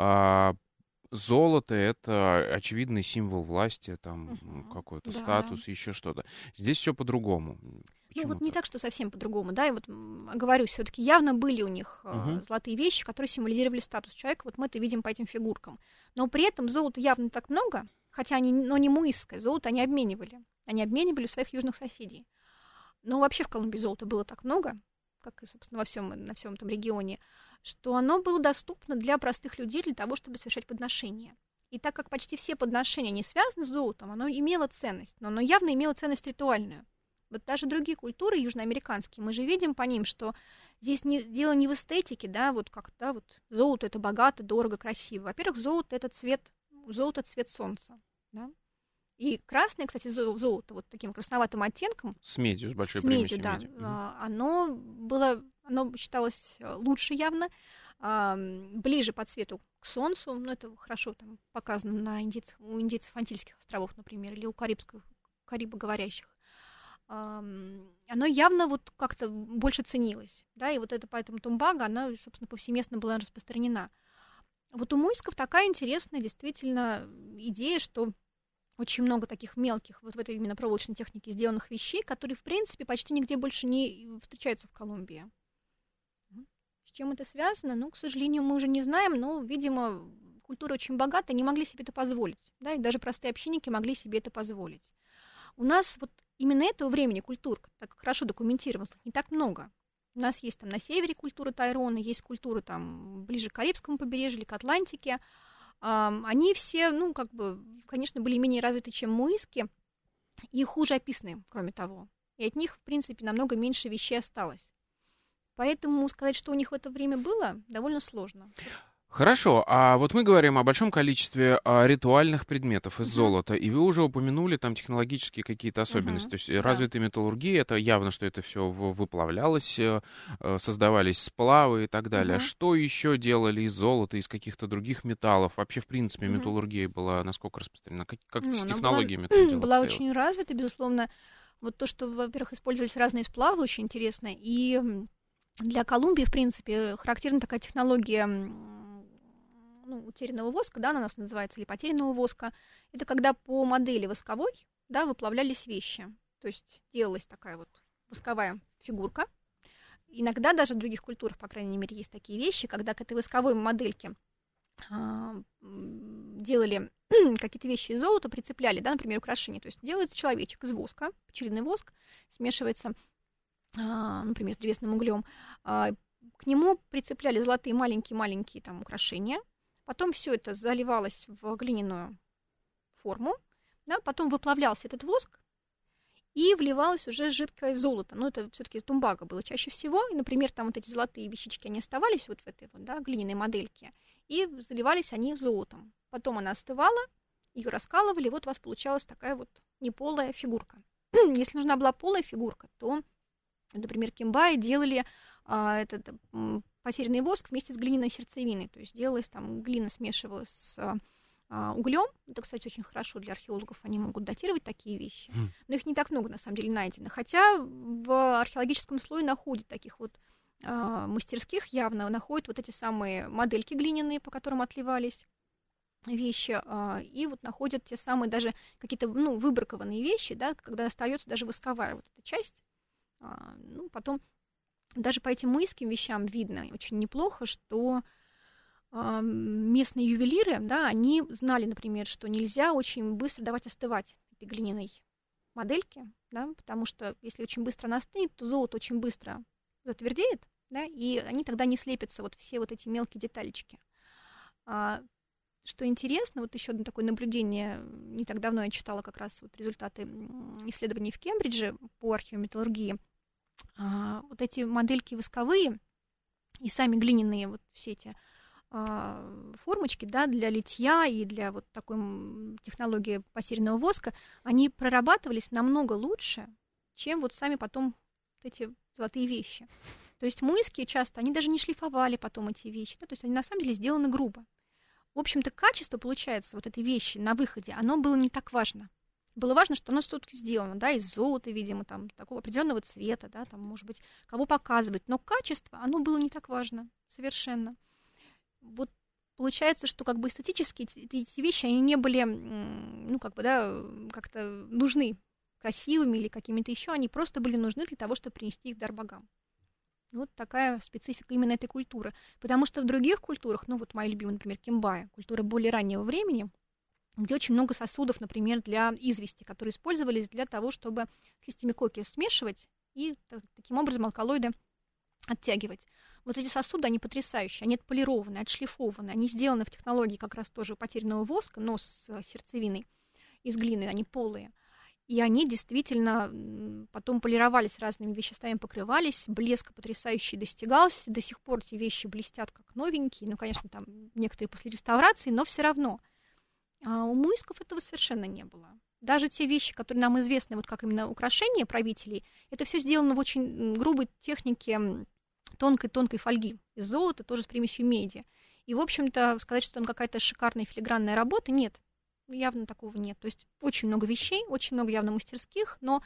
А, Золото — это очевидный символ власти, там uh-huh. какой-то да, статус, да. еще что-то. Здесь все по-другому. Почему ну вот так? не так, что совсем по-другому, да, и вот говорю, все-таки явно были у них uh-huh. золотые вещи, которые символизировали статус человека, вот мы это видим по этим фигуркам. Но при этом золота явно не так много, хотя они, но не муисское, золото они обменивали. Они обменивали у своих южных соседей. Но вообще в Колумбии золота было так много, как и, собственно, во всем, на всем этом регионе, что оно было доступно для простых людей для того, чтобы совершать подношения. И так как почти все подношения не связаны с золотом, оно имело ценность, но оно явно имело ценность ритуальную. Вот даже другие культуры южноамериканские, мы же видим по ним, что здесь не, дело не в эстетике, да, вот как, да, вот золото — это богато, дорого, красиво. Во-первых, золото — это цвет, золото — цвет солнца, да. И красное, кстати, золото, вот таким красноватым оттенком. С медью, с большой с медью, примесью да, меди. Оно было, оно считалось лучше явно, ближе по цвету к солнцу, ну, это хорошо там показано на индейцах, у индейцев Антильских островов, например, или у карибских, карибоговорящих. Оно явно вот как-то больше ценилось, да, и вот это поэтому тумбага, она, собственно, повсеместно была распространена. Вот у муисков такая интересная действительно идея, что очень много таких мелких, вот в этой именно проволочной технике сделанных вещей, которые, в принципе, почти нигде больше не встречаются в Колумбии. С чем это связано? Ну, к сожалению, мы уже не знаем, но, видимо, культура очень богатая, не могли себе это позволить, да, и даже простые общинники могли себе это позволить. У нас вот именно этого времени культур, так хорошо документировано, не так много. У нас есть там на севере культура Тайрона, есть культура там ближе к Карибскому побережью или к Атлантике. Они все, ну, как бы, конечно, были менее развиты, чем муиски, и хуже описаны, кроме того. И от них, в принципе, намного меньше вещей осталось. Поэтому сказать, что у них в это время было, довольно сложно. Хорошо, а вот мы говорим о большом количестве а, ритуальных предметов из uh-huh. золота, и вы уже упомянули там технологические какие-то особенности, uh-huh. то есть да. развитая металлургия, это явно, что это все выплавлялось, создавались сплавы и так далее. Uh-huh. Что еще делали из золота, из каких-то других металлов? Вообще, в принципе, uh-huh. металлургия была насколько распространена? Как, как ну, с технологиями была, это дело была обстояло? Очень развита, безусловно. Вот то, что, во-первых, использовались разные сплавы, очень интересно, и для Колумбии, в принципе, характерна такая технология, ну, утерянного воска, да, она у нас называется, или потерянного воска. Это когда по модели восковой, да, выплавлялись вещи. То есть делалась такая вот восковая фигурка. Иногда даже в других культурах, по крайней мере, есть такие вещи, когда к этой восковой модельке делали какие-то вещи из золота, прицепляли, да, например, украшения. То есть делается человечек из воска, пчелиный воск, смешивается, например, с древесным углем. К нему прицепляли золотые маленькие-маленькие там украшения. Потом все это заливалось в глиняную форму, да, потом выплавлялся этот воск, и вливалось уже жидкое золото. Но это все-таки тумбага было чаще всего. И, например, там вот эти золотые вещички, они оставались вот в этой вот, да, глиняной модельке, и заливались они золотом. Потом она остывала, ее раскалывали, и вот у вас получалась такая вот неполая фигурка. Если нужна была полая фигурка, то, например, кимбаи делали а, этот м, потерянный воск вместе с глиняной сердцевиной. То есть делалась там, глина смешивалась с углем. Это, кстати, очень хорошо для археологов, они могут датировать такие вещи. Mm. Но их не так много, на самом деле, найдено. Хотя в археологическом слое находят таких вот а, мастерских, явно находят вот эти самые модельки глиняные, по которым отливались вещи, а, и вот находят те самые даже какие-то, ну, выбракованные вещи, да, когда остается даже восковая вот эта часть. А, ну, потом даже по этим мыйским вещам видно очень неплохо, что местные ювелиры, да, они знали, например, что нельзя очень быстро давать остывать этой глиняной модельке, да, потому что если очень быстро она остынет, то золото очень быстро затвердеет, да, и они тогда не слепятся, вот все вот эти мелкие деталечки. А, что интересно, вот еще одно такое наблюдение, не так давно я читала как раз вот результаты исследований в Кембридже по археометаллургии. А, вот эти модельки восковые и сами глиняные вот все эти формочки, да, для литья и для вот такой технологии потерянного воска, они прорабатывались намного лучше, чем вот сами потом вот эти золотые вещи. То есть мыйские часто, они даже не шлифовали потом эти вещи, да, то есть они на самом деле сделаны грубо. В общем-то, качество, получается, вот этой вещи на выходе, оно было не так важно. Было важно, что оно все-таки сделано, да, из золота, видимо, там, такого определенного цвета, да, там, может быть, кого показывать, но качество, оно было не так важно совершенно. Вот получается, что как бы эстетически эти, эти вещи, они не были, ну, как бы, да, как-то нужны красивыми или какими-то еще, они просто были нужны для того, чтобы принести их в дар богам. Вот такая специфика именно этой культуры. Потому что в других культурах, ну, вот моя любимая, например, кимбая, культура более раннего времени, где очень много сосудов, например, для извести, которые использовались для того, чтобы с листьями коки смешивать и таким образом алкалоиды оттягивать. Вот эти сосуды, они потрясающие, они отполированы, отшлифованы, они сделаны в технологии как раз тоже потерянного воска, но с сердцевиной из глины, они полые. И они действительно потом полировались разными веществами, покрывались, блеск потрясающий достигался, до сих пор эти вещи блестят как новенькие, ну, конечно, там некоторые после реставрации, но все равно. А у муйсков этого совершенно не было. Даже те вещи, которые нам известны, вот как именно украшения правителей, это все сделано в очень грубой технике тонкой-тонкой фольги из золота, тоже с примесью меди. И, в общем-то, сказать, что там какая-то шикарная филигранная работа, нет, явно такого нет. То есть очень много вещей, очень много явно мастерских, но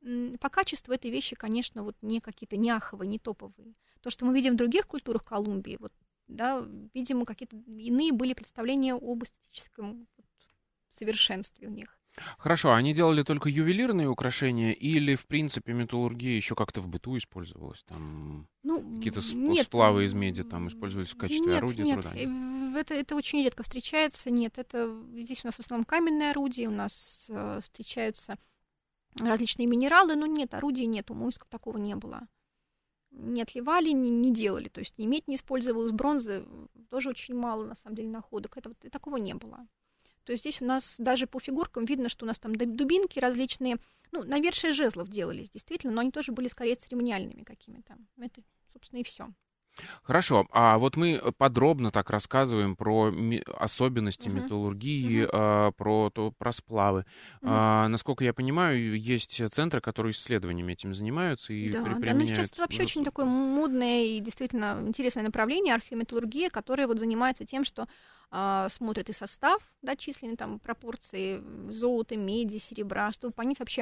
по качеству этой вещи, конечно, вот не какие-то не аховые, не топовые. То, что мы видим в других культурах Колумбии, вот, да, видимо, какие-то иные были представления об эстетическом вот совершенстве у них. Хорошо, они делали только ювелирные украшения или, в принципе, металлургия еще как-то в быту использовалась? Там ну, какие-то нет, сплавы из меди там использовались в качестве нет, орудия нет, труда? Нет, это, это очень редко встречается. Нет, это здесь у нас в основном каменные орудия, у нас э, встречаются различные минералы, но нет, орудий нет, у муйсков такого не было. Не отливали, не, не делали, то есть ни медь не использовалась, бронзы тоже очень мало, на самом деле, находок, это, такого не было. То есть здесь у нас даже по фигуркам видно, что у нас там дубинки различные, ну, навершие жезлов делались, действительно, но они тоже были скорее церемониальными какими-то. Это, собственно, и все. Хорошо, а вот мы подробно так рассказываем про ми- особенности uh-huh. металлургии, uh-huh. а, про, то, про сплавы. Uh-huh. А, насколько я понимаю, есть центры, которые исследованиями этим занимаются и да, при- да, ну сейчас это вообще очень такое модное и действительно интересное направление археометаллургия, которое вот занимается тем, что а, смотрит и состав, да, численные там пропорции золота, меди, серебра, чтобы понять вообще,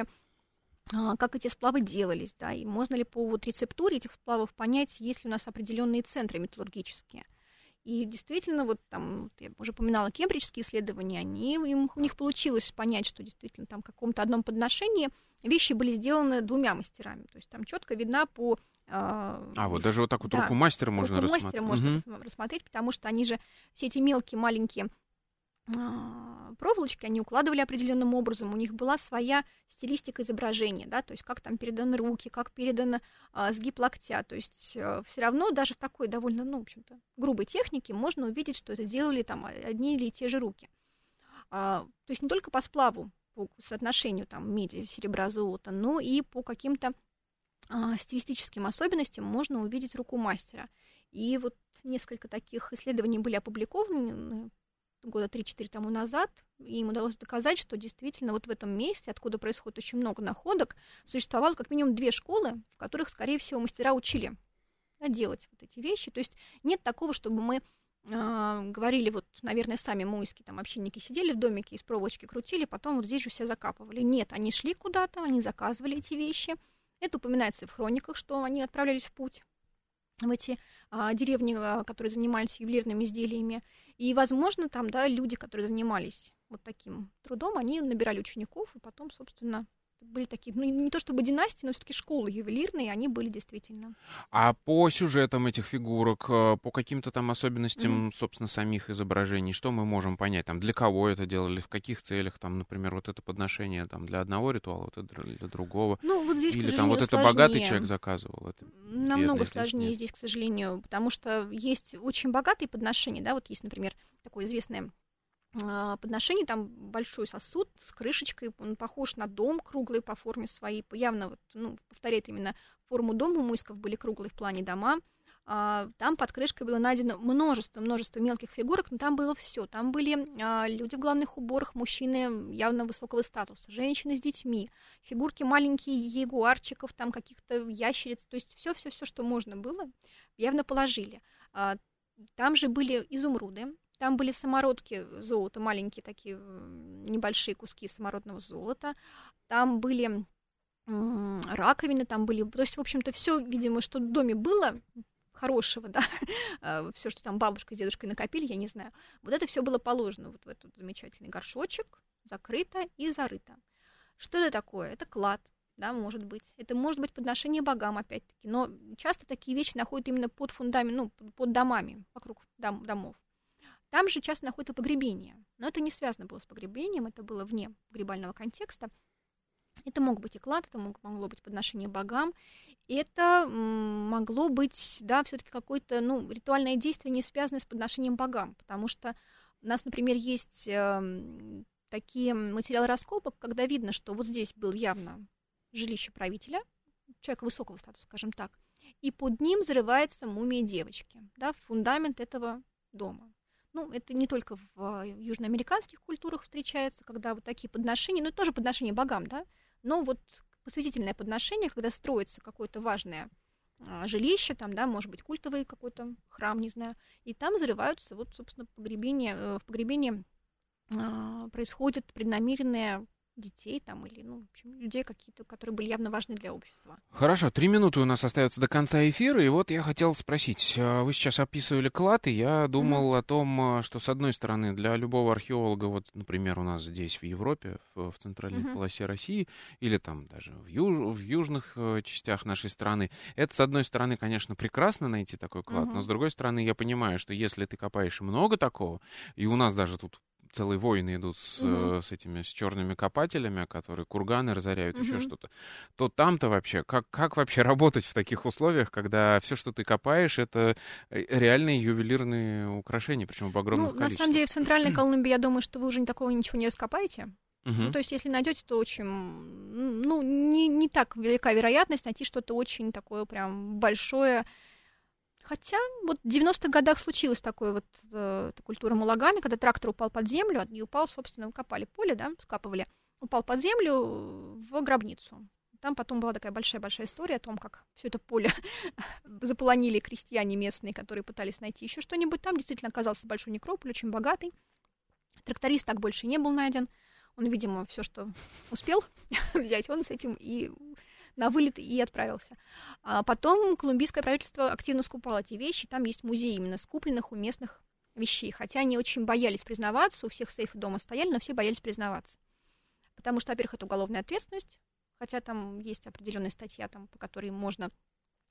как эти сплавы делались, да, и можно ли по вот рецептуре этих сплавов понять, есть ли у нас определенные центры металлургические. И действительно, вот там, я уже упоминала кембриджские исследования, они, им, у них получилось понять, что действительно там в каком-то одном подношении вещи были сделаны двумя мастерами. То есть там четко видна по А, а вот даже вот так вот да, руку мастера можно руку рассмотреть. Руку мастера можно рассмотреть, потому что они же, все эти мелкие, маленькие проволочки, они укладывали определенным образом, у них была своя стилистика изображения, да, то есть как там переданы руки, как передано а, сгиб локтя, то есть а, все равно даже в такой довольно, ну, в общем-то, грубой технике можно увидеть, что это делали там одни или те же руки. А, то есть не только по сплаву, по соотношению там меди, серебра, золота, но и по каким-то а, стилистическим особенностям можно увидеть руку мастера. И вот несколько таких исследований были опубликованы года три-четыре тому назад, и им удалось доказать, что действительно вот в этом месте, откуда происходит очень много находок, существовало как минимум две школы, в которых, скорее всего, мастера учили да, делать вот эти вещи. То есть нет такого, чтобы мы э, говорили, вот, наверное, сами муйские там общинники сидели в домике, из проволочки крутили, потом вот здесь же все закапывали. Нет, они шли куда-то, они заказывали эти вещи. Это упоминается в хрониках, что они отправлялись в путь в эти а, деревни, а, которые занимались ювелирными изделиями. И, возможно, там, да, люди, которые занимались вот таким трудом, они набирали учеников, и потом, собственно, были такие, ну, не то чтобы династии, но все-таки школы ювелирные, они были действительно. А по сюжетам этих фигурок, по каким-то там особенностям, mm-hmm. собственно, самих изображений, что мы можем понять? Там, для кого это делали, в каких целях? Там, например, вот это подношение там, для одного ритуала, вот это для другого. Ну, вот здесь, или там вот это сложнее. Богатый человек заказывал. Это намного бедный, сложнее здесь, к сожалению, потому что есть очень богатые подношения, да, вот есть, например, такое известное подношение, там большой сосуд с крышечкой, он похож на дом, круглый по форме своей, явно вот, ну, повторяет именно форму дома, у муйсков были круглые в плане дома. А, там под крышкой было найдено множество, множество мелких фигурок, но там было все. Там были а, люди в главных уборах, мужчины явно высокого статуса, женщины с детьми, фигурки маленькие ягуарчиков, там каких-то ящериц, то есть все-все-все, что можно было, явно положили. А, там же были изумруды. Там были самородки золота, маленькие такие небольшие куски самородного золота. Там были м- раковины, там были... То есть, в общем-то, все, видимо, что в доме было хорошего, да, все, что там бабушка с дедушкой накопили, я не знаю. Вот это все было положено вот в этот замечательный горшочек, закрыто и зарыто. Что это такое? Это клад, да, может быть. Это может быть подношение богам, опять-таки. Но часто такие вещи находят именно под фундаментом, ну, под домами, вокруг дом- домов. Там же часто находят погребение, но это не связано было с погребением, это было вне погребального контекста. Это мог быть и клад, это мог, могло быть подношение богам, это м- могло быть, да, все-таки какое-то, ну, ритуальное действие, не связанное с подношением богам, потому что у нас, например, есть э, такие материалы раскопок, когда видно, что вот здесь был явно жилище правителя, человека высокого статуса, скажем так, и под ним взрывается мумия девочки, да, фундамент этого дома. Ну, это не только в южноамериканских культурах встречается, когда вот такие подношения, ну, это тоже подношение богам, да, но вот посвятительное подношение, когда строится какое-то важное а, жилище, там, да, может быть, культовый какой-то храм, не знаю, и там взрываются, вот, собственно, погребение, в погребении а, происходит преднамеренное детей там или, ну, в общем, людей какие-то, которые были явно важны для общества. Хорошо, три минуты у нас остается до конца эфира, и вот я хотел спросить, вы сейчас описывали клад, и я думал mm-hmm. о том, что, с одной стороны, для любого археолога, вот, например, у нас здесь, в Европе, в, в центральной mm-hmm. полосе России, или там даже в, юж, в южных э, частях нашей страны, это, с одной стороны, конечно, прекрасно найти такой клад, mm-hmm. но, с другой стороны, я понимаю, что если ты копаешь много такого, и у нас даже тут целые войны идут с, uh-huh. с этими, с черными копателями, которые курганы разоряют, uh-huh. еще что-то, то там-то вообще, как, как вообще работать в таких условиях, когда все, что ты копаешь, это реальные ювелирные украшения, причем в огромных ну, количествах. На самом деле, в Центральной Колумбии, я думаю, что вы уже такого ничего не раскопаете. Uh-huh. Ну, то есть, если найдете, то очень, ну, не, не так велика вероятность найти что-то очень такое прям большое. Хотя вот в девяностых годах случилась такая вот э, культура Малагана, когда трактор упал под землю, и упал, собственно, копали поле, да, скапывали, упал под землю в гробницу. Там потом была такая большая-большая история о том, как все это поле заполонили крестьяне местные, которые пытались найти еще что-нибудь. Там действительно оказался большой некрополь, очень богатый. Тракторист так больше не был найден. Он, видимо, все, что успел взять, он с этим и... на вылет и отправился. А потом колумбийское правительство активно скупало эти вещи, там есть музей именно скупленных у местных вещей, хотя они очень боялись признаваться, у всех сейфы дома стояли, но все боялись признаваться. Потому что, во-первых, это уголовная ответственность, хотя там есть определенная статья, там, по которой можно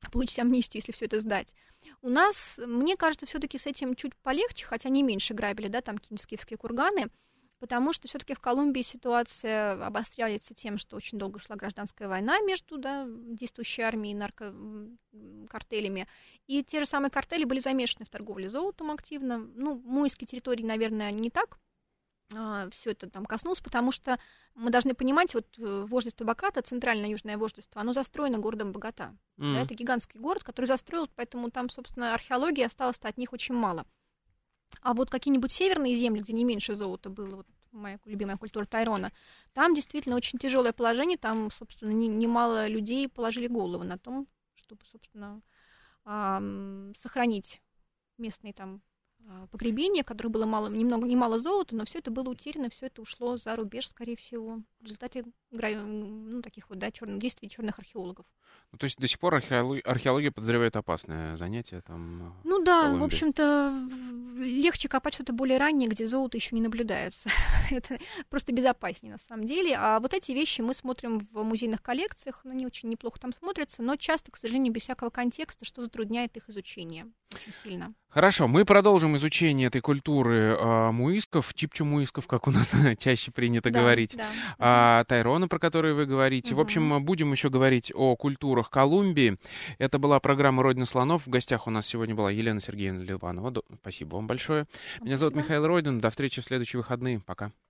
получить амнистию, если все это сдать. У нас, мне кажется, все-таки с этим чуть полегче, хотя не меньше грабили, да, там кинские курганы, потому что все-таки в Колумбии ситуация обостряется тем, что очень долго шла гражданская война между, да, действующей армией и наркокартелями, и те же самые картели были замешаны в торговле золотом активно. Ну, муйские территории, наверное, не так а, все это там коснулось, потому что мы должны понимать, вот вождество Боката, центральное южное вождество, оно застроено городом Богота. Mm. Да, это гигантский город, который застроил, поэтому там, собственно, археологии осталось-то от них очень мало. А вот какие-нибудь северные земли, где не меньше золота было, вот моя любимая культура Тайрона, там действительно очень тяжелое положение, там, собственно, немало людей положили головы на том, чтобы, собственно, сохранить местные там погребения, в которых было мало, немного, немало золота, но все это было утеряно, все это ушло за рубеж, скорее всего, в результате ну, таких вот, да, черных, действий черных археологов. Ну, то есть до сих пор археология, археология подозревает опасное занятие там. Ну да, в, в общем-то, легче копать что-то более раннее, где золото еще не наблюдается. Это просто безопаснее на самом деле. А вот эти вещи мы смотрим в музейных коллекциях, ну, они очень неплохо там смотрятся, но часто, к сожалению, без всякого контекста, что затрудняет их изучение очень сильно. Хорошо, мы продолжим изучение этой культуры э, муисков, чипчу-муисков, как у нас чаще принято да, говорить, да. А, Тайрона, про который вы говорите. Угу. В общем, будем еще говорить о культурах Колумбии. Это была программа «Родина слонов». В гостях у нас сегодня была Елена Сергеевна Ливанова. Спасибо вам большое. Меня Спасибо. Зовут Михаил Родин. До встречи в следующие выходные. Пока.